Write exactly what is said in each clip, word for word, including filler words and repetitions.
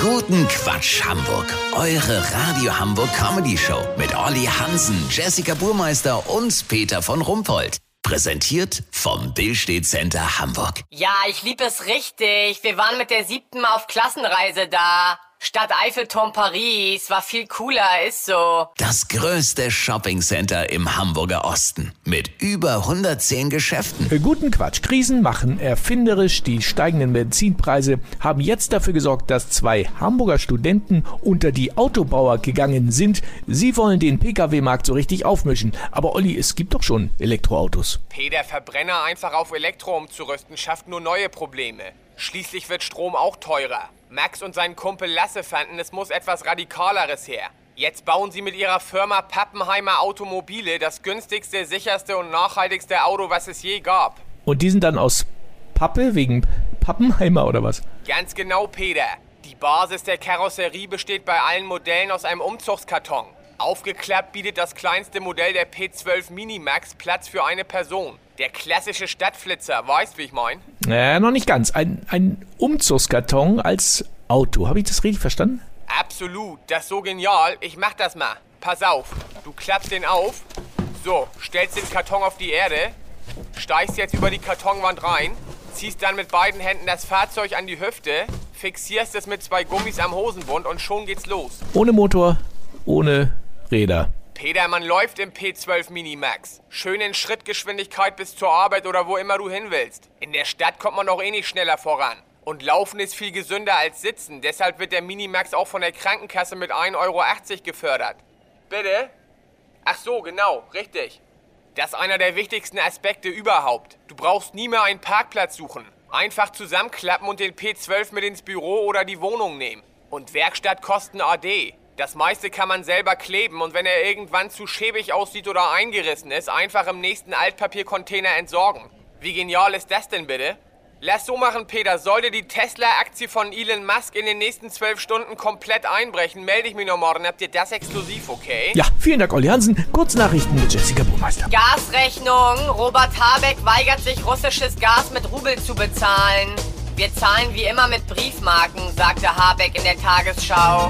Guten Quatsch Hamburg, eure Radio Hamburg Comedy Show mit Olli Hansen, Jessica Burmeister und Peter von Rumpold. Präsentiert vom Billstedt Center Hamburg. Ja, ich lieb es richtig. Wir waren mit der siebten Mal auf Klassenreise da. Stadt Eiffelturm Paris, war viel cooler, ist so. Das größte Shoppingcenter im Hamburger Osten mit über hundertzehn Geschäften. Guten Quatsch. Krisen machen erfinderisch. Die steigenden Benzinpreise haben jetzt dafür gesorgt, dass zwei Hamburger Studenten unter die Autobauer gegangen sind. Sie wollen den Pkw-Markt so richtig aufmischen. Aber Olli, es gibt doch schon Elektroautos. Peter, Verbrenner einfach auf Elektro umzurüsten, schafft nur neue Probleme. Schließlich wird Strom auch teurer. Max und sein Kumpel Lasse fanden, es muss etwas Radikaleres her. Jetzt bauen sie mit ihrer Firma Pappenheimer Automobile das günstigste, sicherste und nachhaltigste Auto, was es je gab. Und die sind dann aus Pappe wegen Pappenheimer oder was? Ganz genau, Peter. Die Basis der Karosserie besteht bei allen Modellen aus einem Umzugskarton. Aufgeklappt bietet das kleinste Modell der P zwölf Minimax Platz für eine Person. Der klassische Stadtflitzer, weißt wie ich mein? Äh, noch nicht ganz. Ein, ein Umzugskarton als Auto. Habe ich das richtig verstanden? Absolut, das ist so genial. Ich mach das mal. Pass auf, du klappst den auf. So, stellst den Karton auf die Erde, steigst jetzt über die Kartonwand rein, ziehst dann mit beiden Händen das Fahrzeug an die Hüfte, fixierst es mit zwei Gummis am Hosenbund und schon geht's los. Ohne Motor, ohne Räder. Peter, man läuft im P zwölf Minimax. Schön in Schrittgeschwindigkeit bis zur Arbeit oder wo immer du hin willst. In der Stadt kommt man doch eh nicht schneller voran. Und Laufen ist viel gesünder als Sitzen. Deshalb wird der Minimax auch von der Krankenkasse mit ein Euro achtzig gefördert. Bitte? Ach so, genau, richtig. Das ist einer der wichtigsten Aspekte überhaupt. Du brauchst nie mehr einen Parkplatz suchen. Einfach zusammenklappen und den P zwölf mit ins Büro oder die Wohnung nehmen. Und Werkstattkosten A D. Das meiste kann man selber kleben und wenn er irgendwann zu schäbig aussieht oder eingerissen ist, einfach im nächsten Altpapiercontainer entsorgen. Wie genial ist das denn bitte? Lass so machen, Peter. Sollte die Tesla-Aktie von Elon Musk in den nächsten zwölf Stunden komplett einbrechen, melde ich mich noch morgen. Habt ihr das exklusiv, okay? Ja, vielen Dank, Olli Hansen. Kurznachrichten mit Jessica Burmeister. Gasrechnung. Robert Habeck weigert sich, russisches Gas mit Rubel zu bezahlen. Wir zahlen wie immer mit Briefmarken, sagte Habeck in der Tagesschau.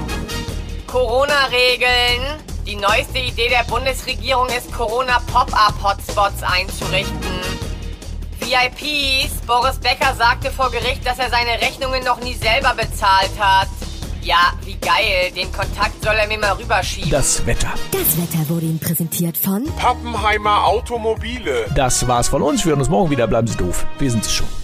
Corona-Regeln. Die neueste Idee der Bundesregierung ist, Corona-Pop-Up-Hotspots einzurichten. V I Ps. Boris Becker sagte vor Gericht, dass er seine Rechnungen noch nie selber bezahlt hat. Ja, wie geil. Den Kontakt soll er mir mal rüberschieben. Das Wetter. Das Wetter wurde Ihnen präsentiert von Pappenheimer Automobile. Das war's von uns. Wir hören uns morgen wieder. Bleiben Sie doof. Wir sind es schon.